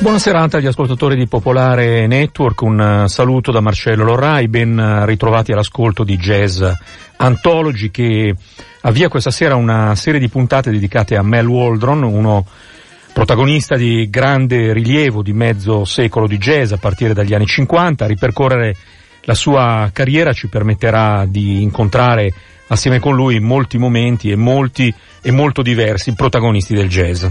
Buona serata agli ascoltatori di Popolare Network, un saluto da Marcello Lorrai, ben ritrovati all'ascolto di Jazz Anthology, che avvia questa sera una serie di puntate dedicate a Mel Waldron, uno protagonista di grande rilievo di mezzo secolo di jazz a partire dagli anni 50. Ripercorrere la sua carriera ci permetterà di incontrare assieme con lui molti momenti e molto diversi protagonisti del jazz.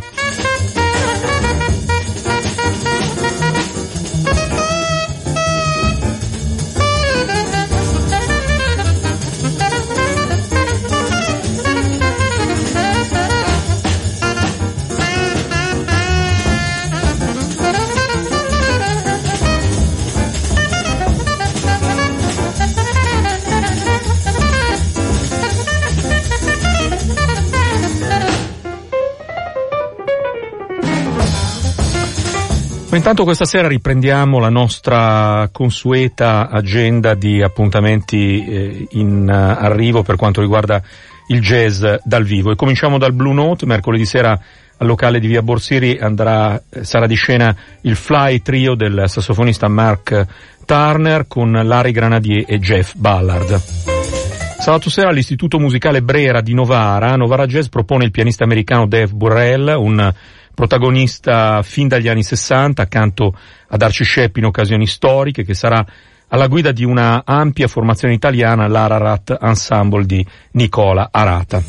Intanto questa sera riprendiamo la nostra consueta agenda di appuntamenti in arrivo per quanto riguarda il jazz dal vivo, e cominciamo dal Blue Note. Mercoledì sera al locale di via Borsiri sarà di scena il Fly Trio del sassofonista Mark Turner con Larry Granadier e Jeff Ballard. Sabato sera all'Istituto Musicale Brera di Novara Jazz propone il pianista americano Dave Burrell, un protagonista fin dagli anni 60 accanto ad Archie Shepp in occasioni storiche, che sarà alla guida di una ampia formazione italiana, l'Ararat Ensemble di Nicola Arata.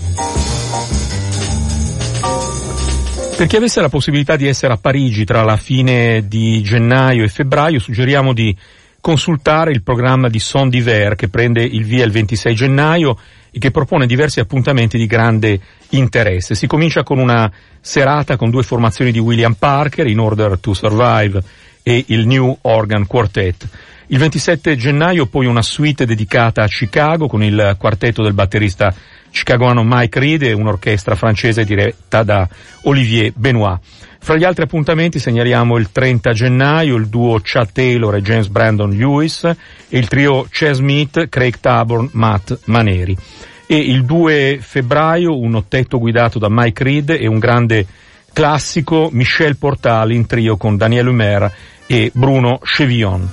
Per chi avesse la possibilità di essere a Parigi tra la fine di gennaio e febbraio, suggeriamo di consultare il programma di Son d'Hiver, che prende il via il 26 gennaio e che propone diversi appuntamenti di grande interesse. Si comincia con una serata con due formazioni di William Parker, In Order to Survive e il New Organ Quartet. Il 27 gennaio poi una suite dedicata a Chicago con il quartetto del batterista chicagoano Mike Reed e un'orchestra francese diretta da Olivier Benoit. Fra gli altri appuntamenti segnaliamo il 30 gennaio il duo Chad Taylor e James Brandon Lewis e il trio Chas Smith, Craig Taborn, Matt Maneri. E il 2 febbraio un ottetto guidato da Mike Reed e un grande classico, Michel Portal in trio con Daniel Humer e Bruno Chevillon.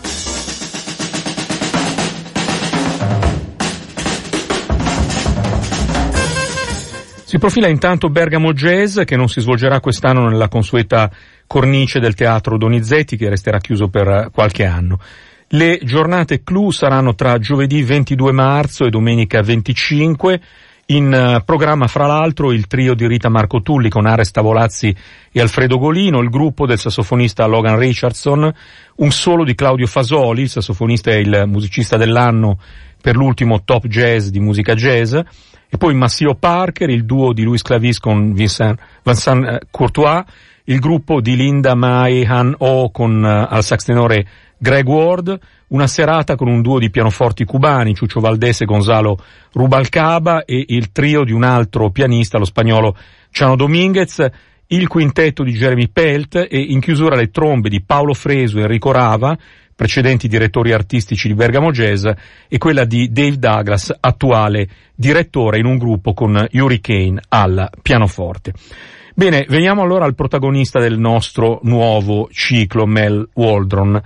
Si profila intanto Bergamo Jazz, che non si svolgerà quest'anno nella consueta cornice del Teatro Donizetti, che resterà chiuso per qualche anno. Le giornate clou saranno tra giovedì 22 marzo e domenica 25, in programma fra l'altro il trio di Rita Marco Tulli con Ares Tavolazzi e Alfredo Golino, il gruppo del sassofonista Logan Richardson, un solo di Claudio Fasoli, il sassofonista e il musicista dell'anno per l'ultimo Top Jazz di musica jazz, e poi Massimo Parker, il duo di Louis Clavis con Vincent Courtois, il gruppo di Linda Maehan O con al sax tenore Greg Ward, una serata con un duo di pianoforti cubani, Chucho Valdés e Gonzalo Rubalcaba, e il trio di un altro pianista, lo spagnolo Chano Dominguez, il quintetto di Jeremy Pelt e in chiusura le trombe di Paolo Fresu e Enrico Rava, precedenti direttori artistici di Bergamo Jazz, e quella di Dave Douglas, attuale direttore in un gruppo con Yuri Kane al pianoforte. Bene, veniamo allora al protagonista del nostro nuovo ciclo, Mel Waldron.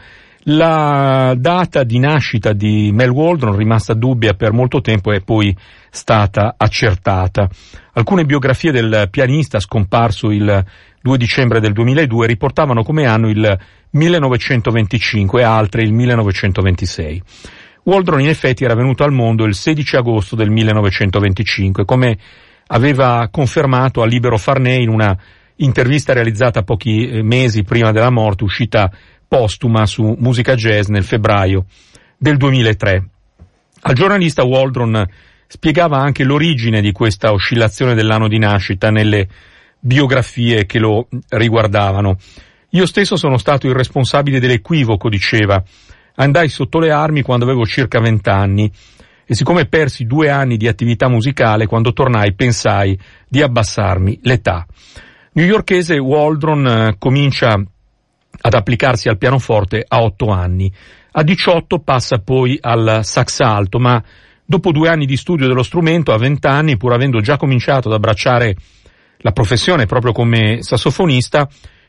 La data di nascita di Mel Waldron, rimasta dubbia per molto tempo, è poi stata accertata. Alcune biografie del pianista, scomparso il 2 dicembre del 2002, riportavano come anno il 1925 e altre il 1926. Waldron in effetti era venuto al mondo il 16 agosto del 1925, come aveva confermato a Libero Farnè in una intervista realizzata pochi mesi prima della morte, uscita postuma su Musica Jazz nel febbraio del 2003. Al giornalista Waldron spiegava anche l'origine di questa oscillazione dell'anno di nascita nelle biografie che lo riguardavano. Io stesso sono stato il responsabile dell'equivoco, diceva. Andai sotto le armi quando avevo circa 20 anni e siccome persi 2 anni di attività musicale, quando tornai pensai di abbassarmi l'età. Newyorkese, Waldron comincia ad applicarsi al pianoforte a 8 anni. A 18 passa poi al sax alto, ma dopo 2 anni di studio dello strumento, a 20 anni, pur avendo già cominciato ad abbracciare la professione proprio come sassofonista,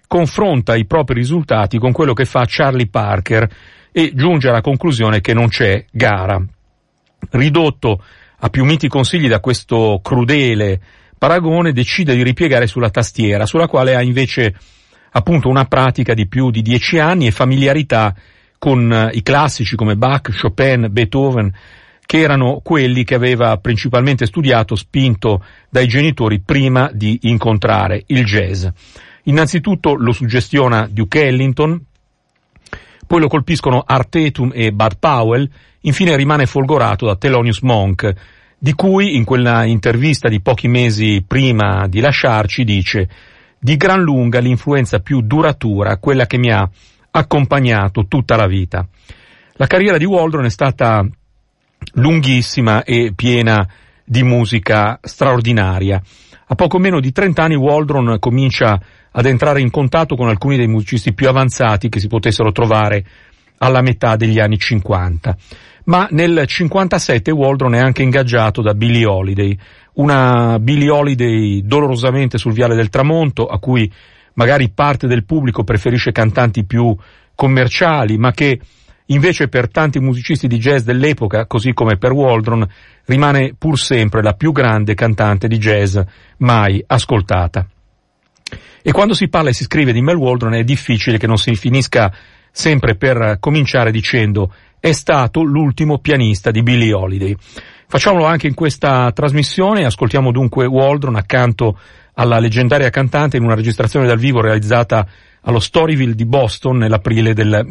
confronta i propri risultati con quello che fa Charlie Parker e giunge alla conclusione che non c'è gara. Ridotto a più miti consigli da questo crudele paragone, decide di ripiegare sulla tastiera, sulla quale ha invece appunto una pratica di più di 10 anni e familiarità con i classici come Bach, Chopin, Beethoven, che erano quelli che aveva principalmente studiato, spinto dai genitori prima di incontrare il jazz. Innanzitutto lo suggestiona Duke Ellington, poi lo colpiscono Art Tatum e Bud Powell, infine rimane folgorato da Thelonious Monk, di cui in quella intervista di pochi mesi prima di lasciarci dice: di gran lunga l'influenza più duratura, quella che mi ha accompagnato tutta la vita. La carriera di Waldron è stata lunghissima e piena di musica straordinaria. A poco meno di 30 anni Waldron comincia ad entrare in contatto con alcuni dei musicisti più avanzati che si potessero trovare alla metà degli anni 50. Ma nel 57 Waldron è anche ingaggiato da Billie Holiday, una Billie Holiday dolorosamente sul viale del tramonto, a cui magari parte del pubblico preferisce cantanti più commerciali, ma che invece per tanti musicisti di jazz dell'epoca, così come per Waldron, rimane pur sempre la più grande cantante di jazz mai ascoltata. E quando si parla e si scrive di Mel Waldron è difficile che non si finisca sempre per cominciare dicendo: è stato l'ultimo pianista di Billie Holiday. Facciamolo anche in questa trasmissione, ascoltiamo dunque Waldron accanto alla leggendaria cantante in una registrazione dal vivo realizzata allo Storyville di Boston nell'aprile del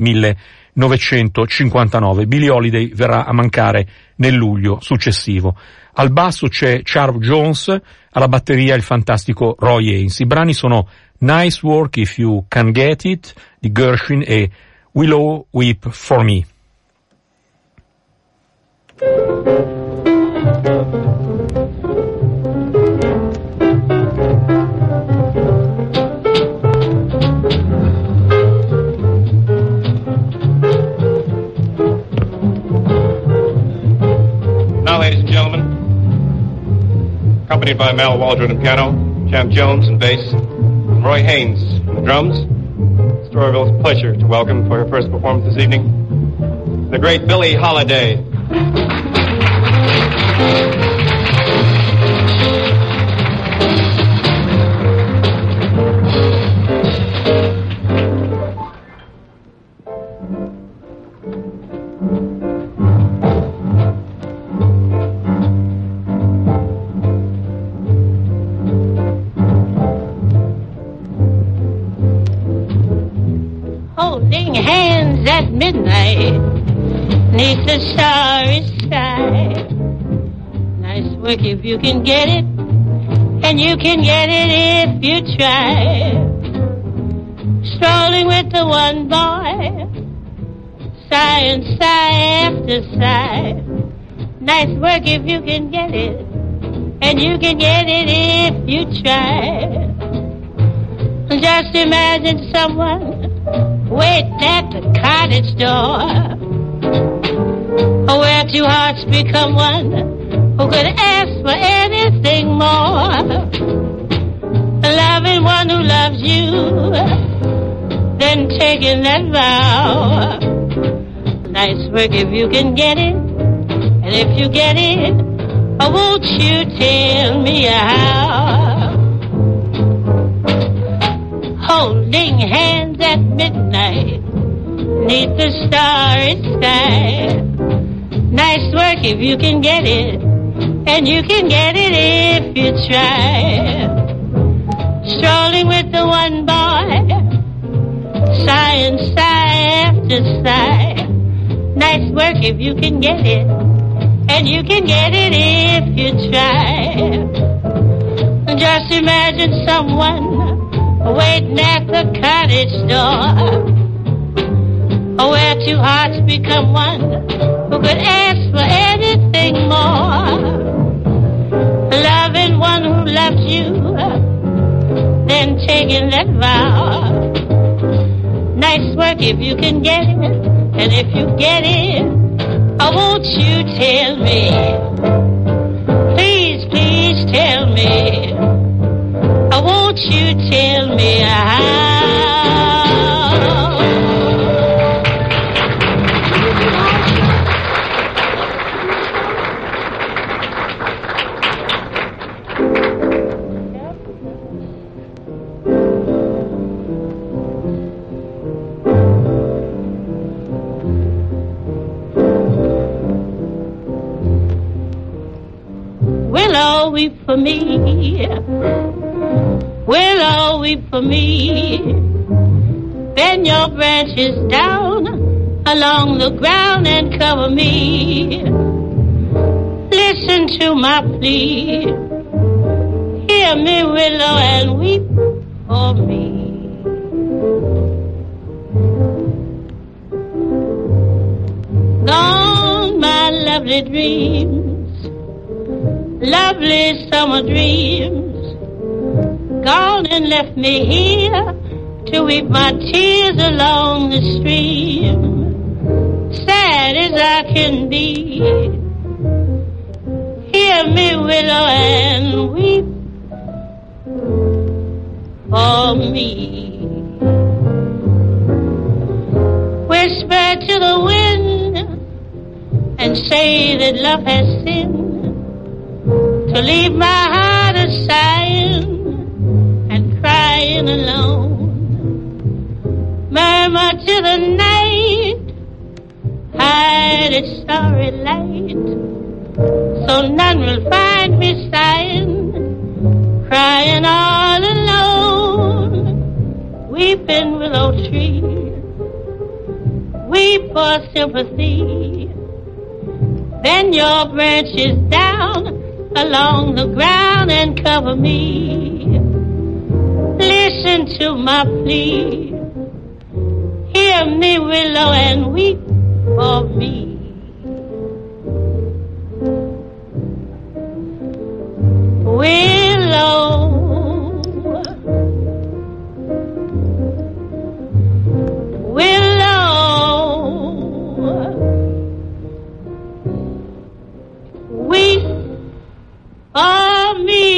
1959. Billie Holiday verrà a mancare nel luglio successivo. Al basso c'è Charles Jones, alla batteria il fantastico Roy Haynes. I brani sono Nice Work If You Can Get It di Gershwin e Willow Weep For Me. Now, ladies and gentlemen, accompanied by Mel Waldron on piano, Champ Jones on bass, and Roy Haynes on the drums, Storyville's pleasure to welcome for her first performance this evening, the great Billie Holiday. Holding hands at midnight, 'neath the starry sky. Nice work if you can get it, and you can get it if you try. Strolling with the one boy, sigh and sigh after sigh. Nice work if you can get it, and you can get it if you try. Just imagine someone waiting at the cottage door, where two hearts become one, who could ask for anything more. Loving one who loves you, then taking that vow. Nice work if you can get it, and if you get it, won't you tell me how? Holding hands at midnight, 'neath the starry sky. Nice work if you can get it, and you can get it if you try. Strolling with the one boy, sigh and sigh after sigh. Nice work if you can get it, and you can get it if you try. Just imagine someone waiting at the cottage door, where two hearts become one, who could ask for anything more. Loving one who loves you, then taking that vow. Nice work if you can get it, and if you get it, won't you tell me? Please, please tell me. Won't you tell me how? Willow, weep for me. Willow, weep for me. Bend your branches down along the ground and cover me. Listen to my plea. Hear me, willow, and weep for me. Gone my lovely dreams, lovely summer dreams. Gone and left me here to weep my tears along the stream. Sad as I can be, hear me, willow, and weep for me. Whisper to the wind and say that love has sinned, to leave my heart a-sighing and crying alone. Murmur to the night, hide its starry light, so none will find me sighing, crying all alone. Weeping willow tree, weep for sympathy. Bend your branches down along the ground and cover me. Listen to my plea. Hear me, willow, and weep for me. Willow, willow, weep for me.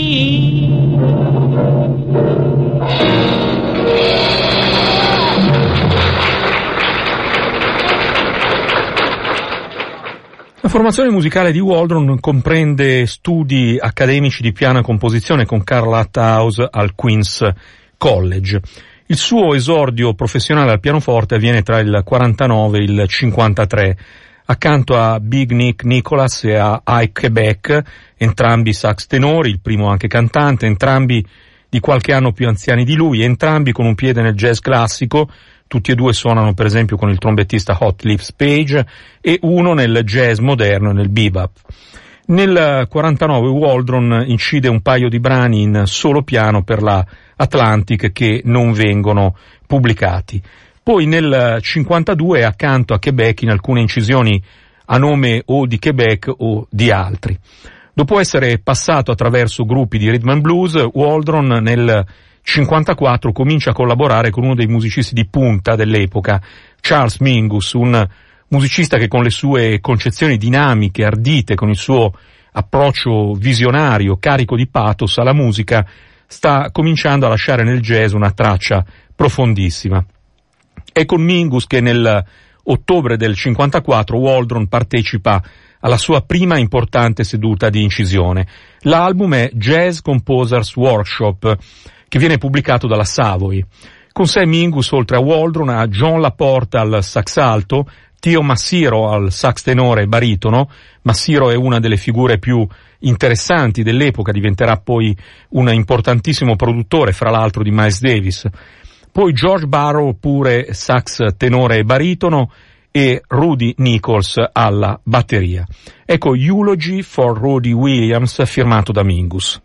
La formazione musicale di Waldron comprende studi accademici di piano e composizione con Karl Althaus al Queen's College. Il suo esordio professionale al pianoforte avviene tra il 49 e il 53, accanto a Big Nick Nicholas e a Ike Quebec, entrambi sax tenori, il primo anche cantante, entrambi di qualche anno più anziani di lui, entrambi con un piede nel jazz classico. Tutti e due suonano per esempio con il trombettista Hot Lips Page, e uno nel jazz moderno e nel bebop. Nel 49 Waldron incide un paio di brani in solo piano per la Atlantic che non vengono pubblicati. Poi nel 52 accanto a Quebec in alcune incisioni a nome o di Quebec o di altri. Dopo essere passato attraverso gruppi di rhythm and blues, Waldron nel 54 comincia a collaborare con uno dei musicisti di punta dell'epoca, Charles Mingus, un musicista che con le sue concezioni dinamiche, ardite, con il suo approccio visionario, carico di pathos alla musica, sta cominciando a lasciare nel jazz una traccia profondissima. È con Mingus che nel ottobre del 54 Waldron partecipa alla sua prima importante seduta di incisione. L'album è Jazz Composers Workshop, che viene pubblicato dalla Savoy. Con sé Mingus, oltre a Waldron, ha John Laporte al sax alto, Theo Massiro al sax tenore e baritono. Massiro è una delle figure più interessanti dell'epoca, diventerà poi un importantissimo produttore, fra l'altro, di Miles Davis. Poi George Barrow, pure sax tenore e baritono, e Rudy Nichols alla batteria. Ecco Eulogy for Rudy Williams, firmato da Mingus.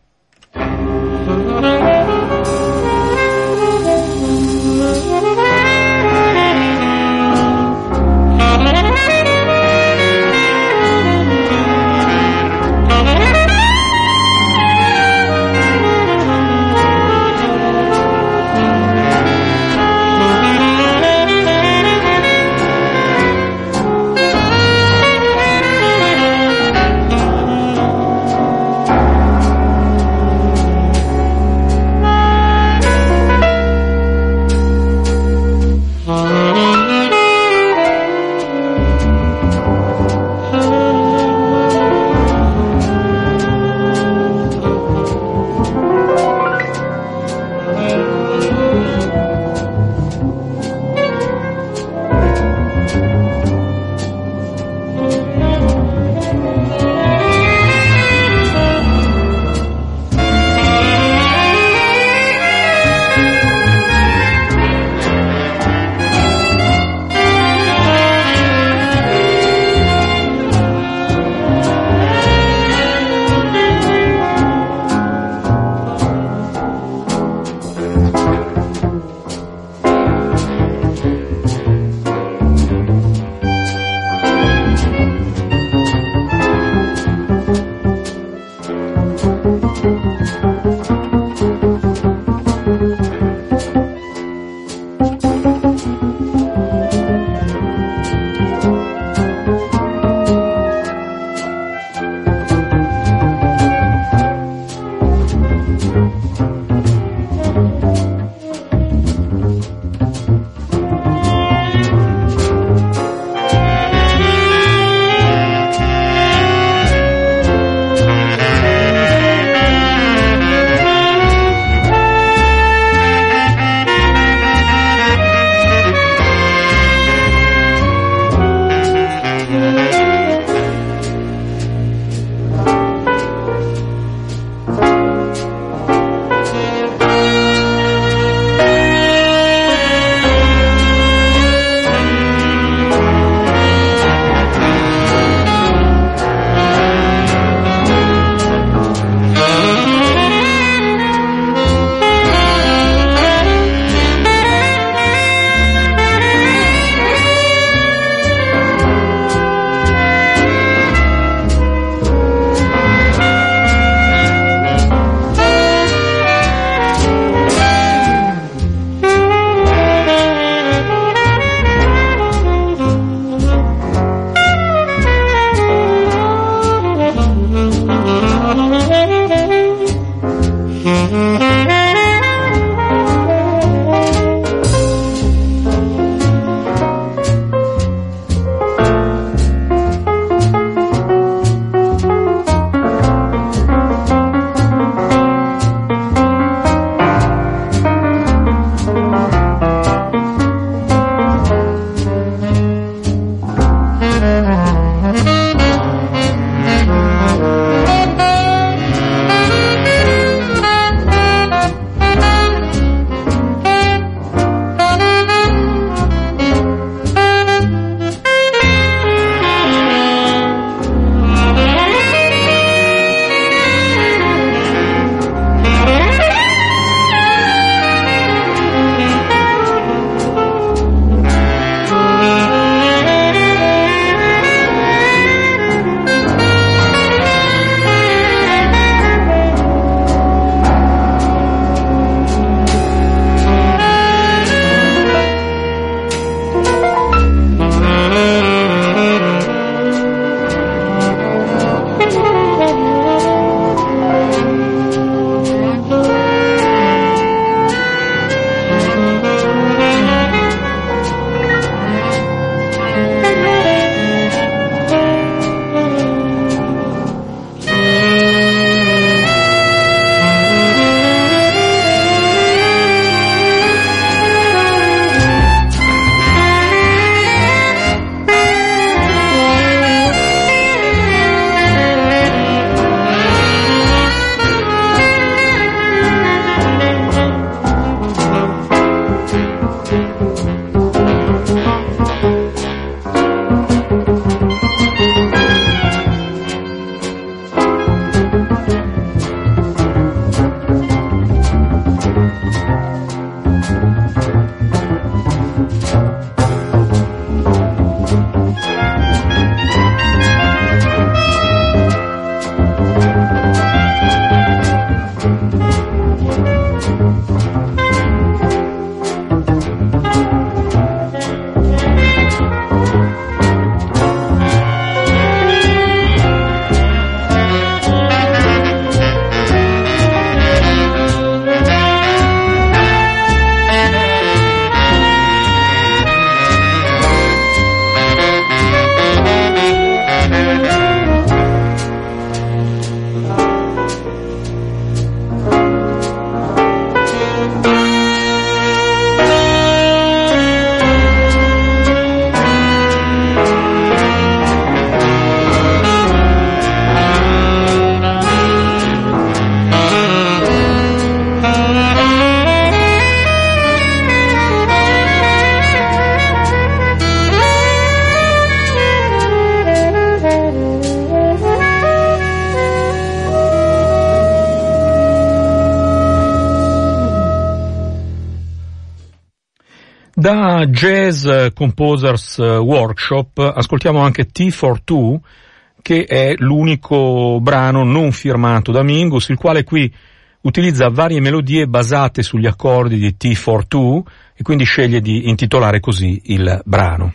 Da Jazz Composers Workshop ascoltiamo anche Tea for Two, che è l'unico brano non firmato da Mingus, il quale qui utilizza varie melodie basate sugli accordi di Tea for Two e quindi sceglie di intitolare così il brano.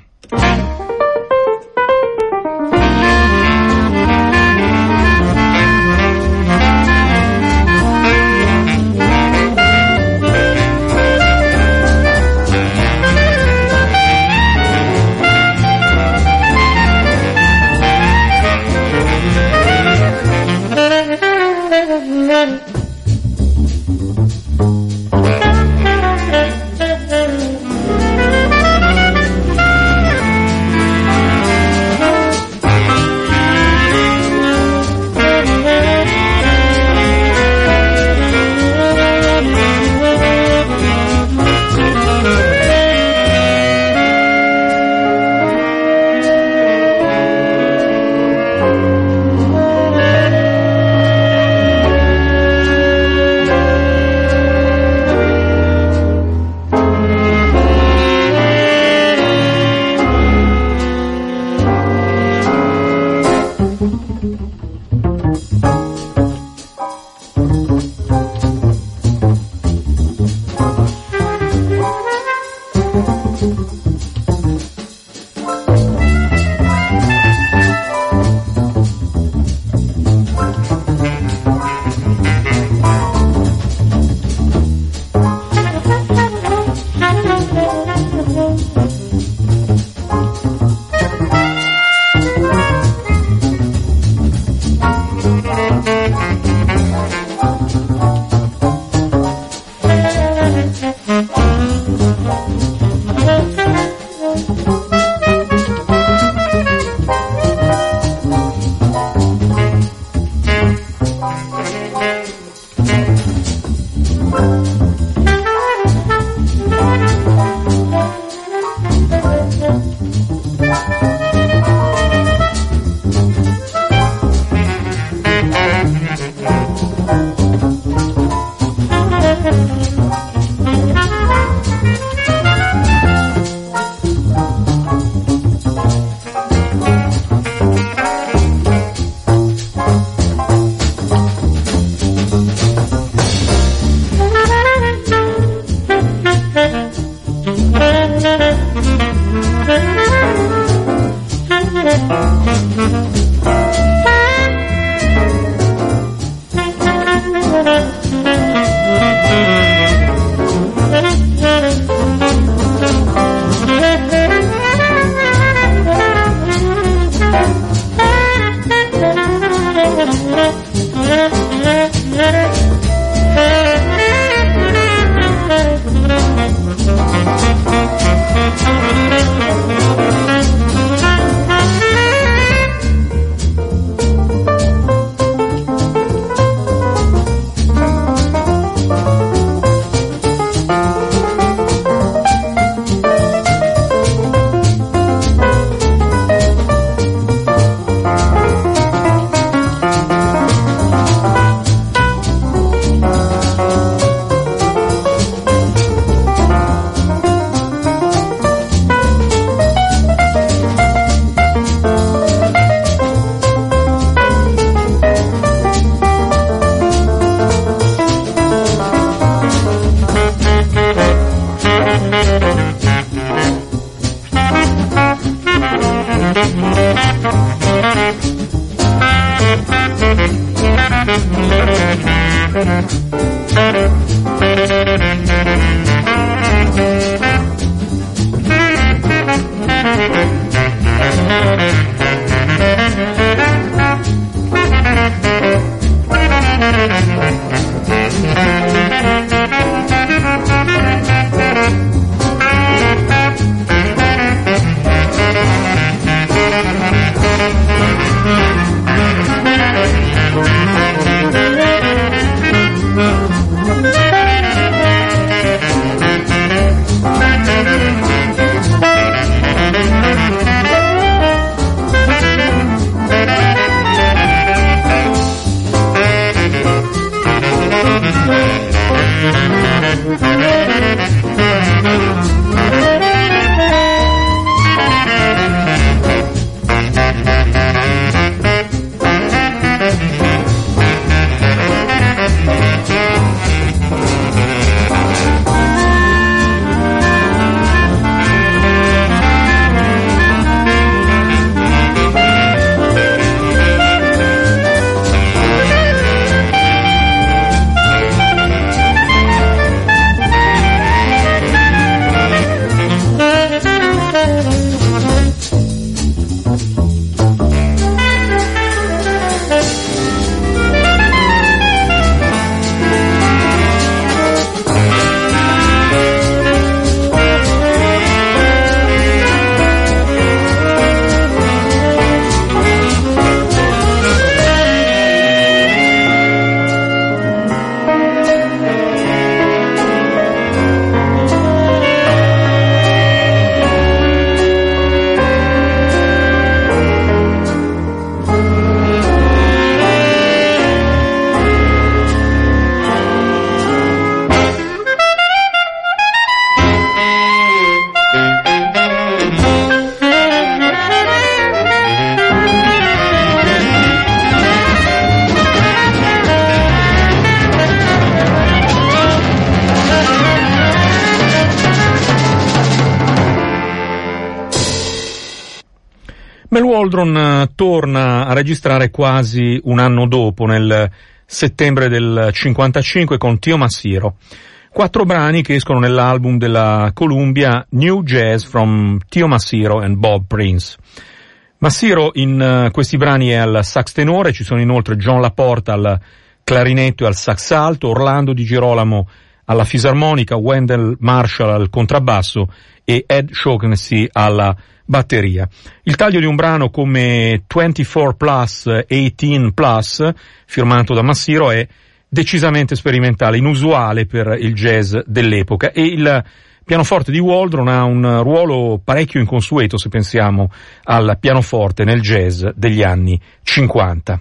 Mel Waldron torna a registrare quasi un anno dopo, nel settembre del 55, con Tio Massiro. 4 brani che escono nell'album della Columbia New Jazz from Tio Massiro and Bob Prince. Massiro in questi brani è al sax tenore, ci sono inoltre John Laporta al clarinetto e al sax alto, Orlando Di Girolamo alla fisarmonica, Wendell Marshall al contrabbasso e Ed Shaughnessy alla batteria. Il taglio di un brano come 24 plus, 18 plus, firmato da Massiro, è decisamente sperimentale, inusuale per il jazz dell'epoca, e il pianoforte di Waldron ha un ruolo parecchio inconsueto se pensiamo al pianoforte nel jazz degli anni 50.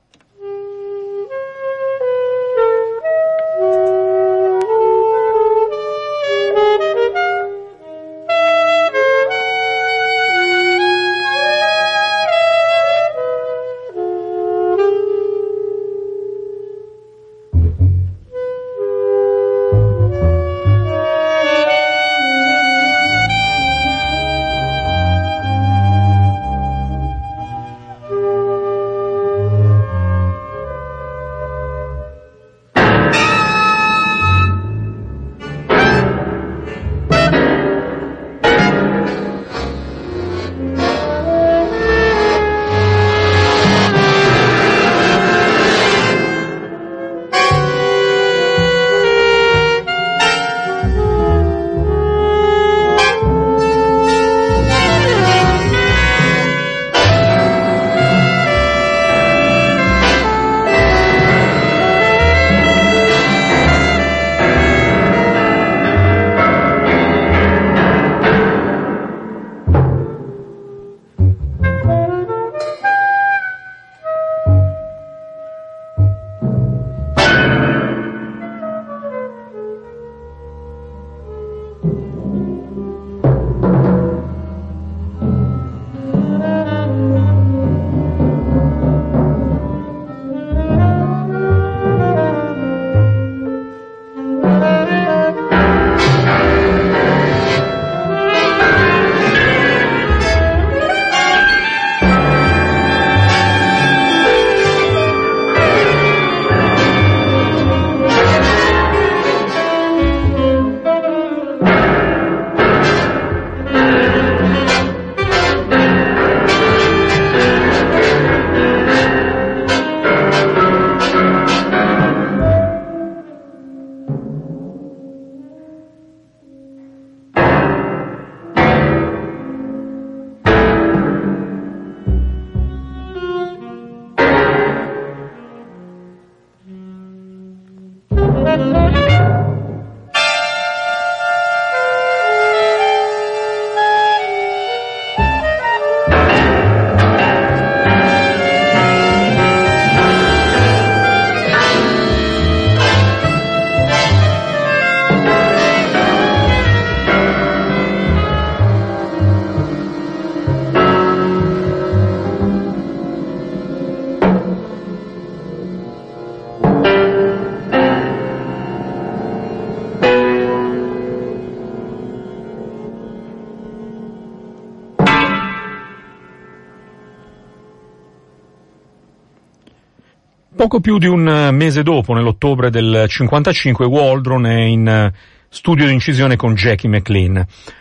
Poco più di un mese dopo, nell'ottobre del 55, Waldron è in studio di incisione con Jackie McLean.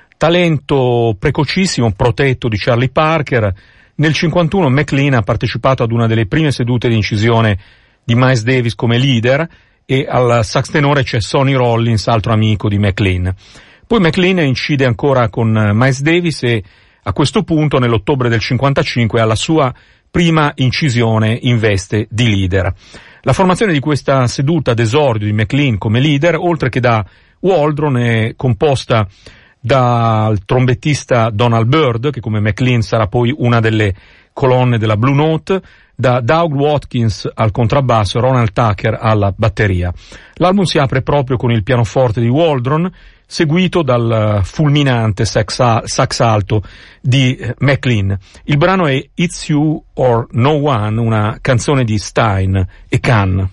Talento precocissimo, protetto di Charlie Parker. Nel 51 McLean ha partecipato ad una delle prime sedute di incisione di Miles Davis come leader, e al sax tenore c'è Sonny Rollins, altro amico di McLean. Poi McLean incide ancora con Miles Davis e a questo punto, nell'ottobre del 55, ha la sua prima incisione in veste di leader. La formazione di questa seduta d'esordio di McLean come leader, oltre che da Waldron, è composta dal trombettista Donald Byrd, che come McLean sarà poi una delle colonne della Blue Note, da Doug Watkins al contrabbasso e Ronald Tucker alla batteria. L'album si apre proprio con il pianoforte di Waldron, seguito dal fulminante sax alto di McLean. Il brano è It's You or No One, una canzone di Stein e Kahn.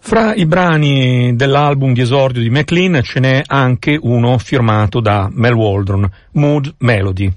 Fra i brani dell'album di esordio di McLean ce n'è anche uno firmato da Mel Waldron, Mood Melody.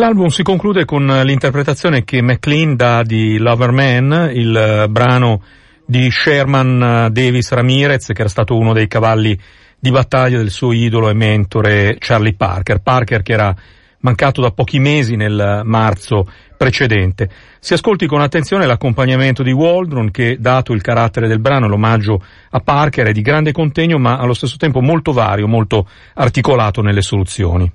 L'album si conclude con l'interpretazione che McLean dà di Lover Man, il brano di Sherman Davis Ramirez, che era stato uno dei cavalli di battaglia del suo idolo e mentore Charlie Parker. Parker che era mancato da pochi mesi nel marzo precedente. Si ascolti con attenzione l'accompagnamento di Waldron che, dato il carattere del brano e l'omaggio a Parker, è di grande contegno ma allo stesso tempo molto vario, molto articolato nelle soluzioni.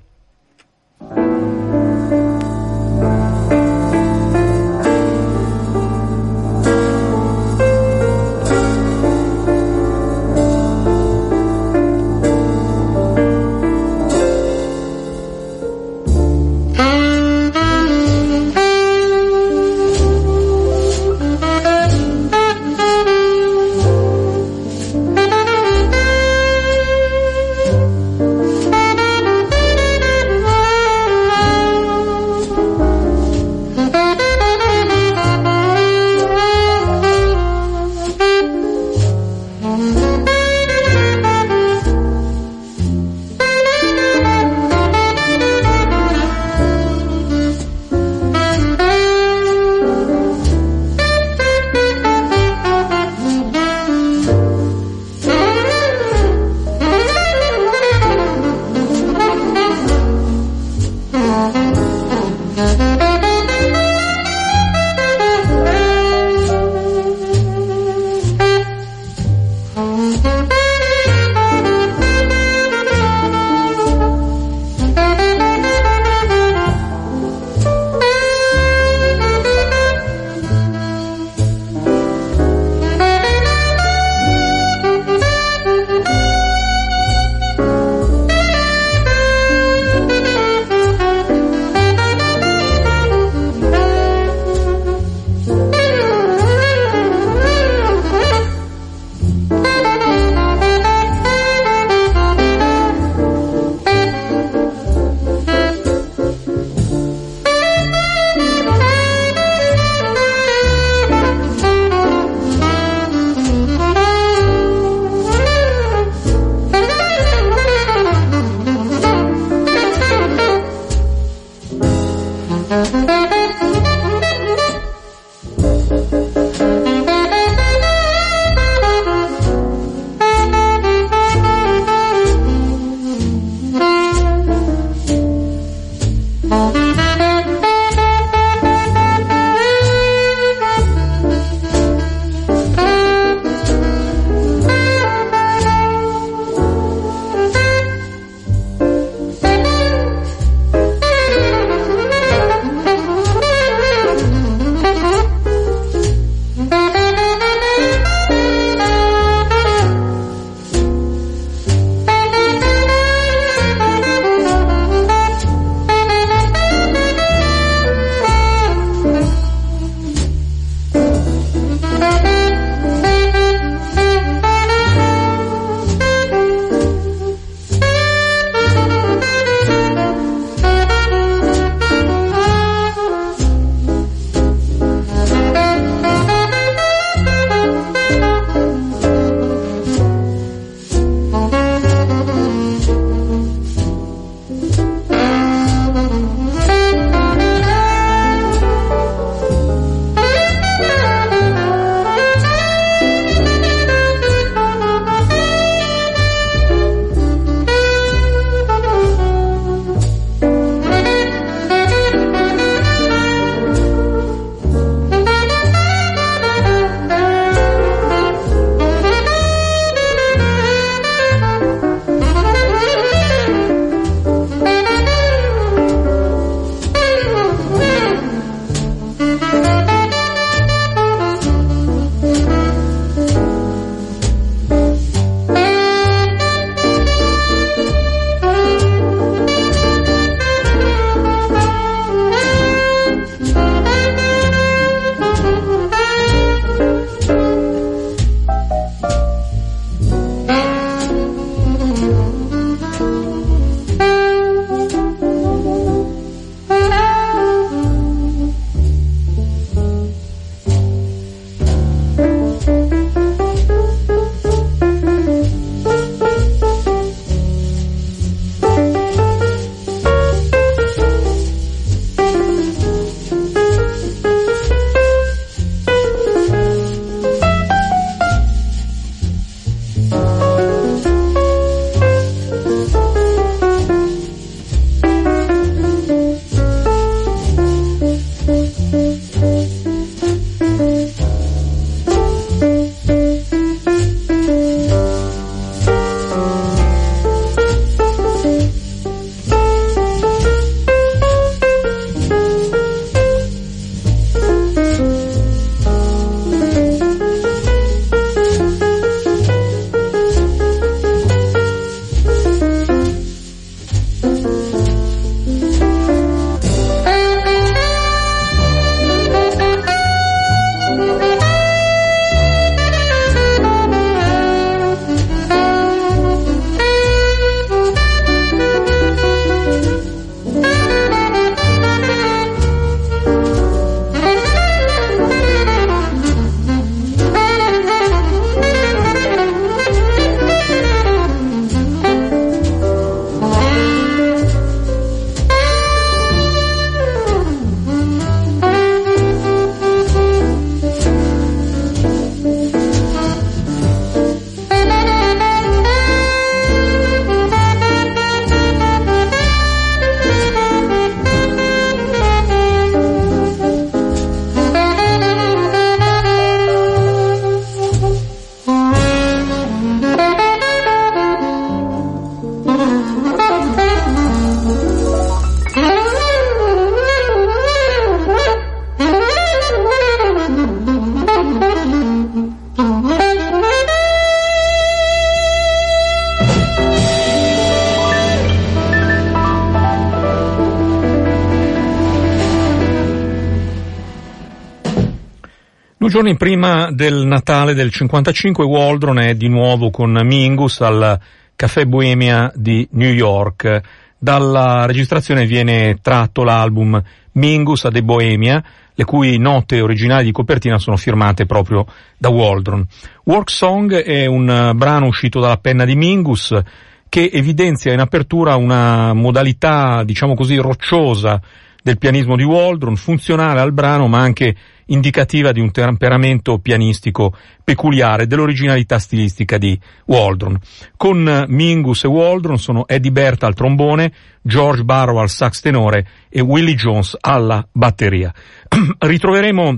2 giorni prima del Natale del 55, Waldron è di nuovo con Mingus al Café Bohemia di New York. Dalla registrazione viene tratto l'album Mingus a The Bohemia, le cui note originali di copertina sono firmate proprio da Waldron. Work Song è un brano uscito dalla penna di Mingus che evidenzia in apertura una modalità, diciamo così, rocciosa del pianismo di Waldron, funzionale al brano ma anche indicativa di un temperamento pianistico peculiare, dell'originalità stilistica di Waldron. Con Mingus e Waldron sono Eddie Berta al trombone, George Barrow al sax tenore e Willie Jones alla batteria. Ritroveremo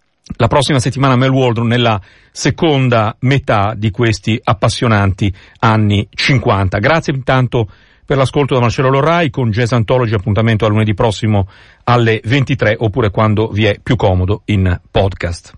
la prossima settimana Mel Waldron nella seconda metà di questi appassionanti anni 50. Grazie intanto per l'ascolto da Marcello Lorrai. Con Jazz Anthology appuntamento a lunedì prossimo alle 23 oppure quando vi è più comodo in podcast.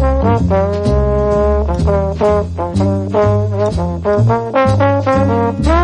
Thank you.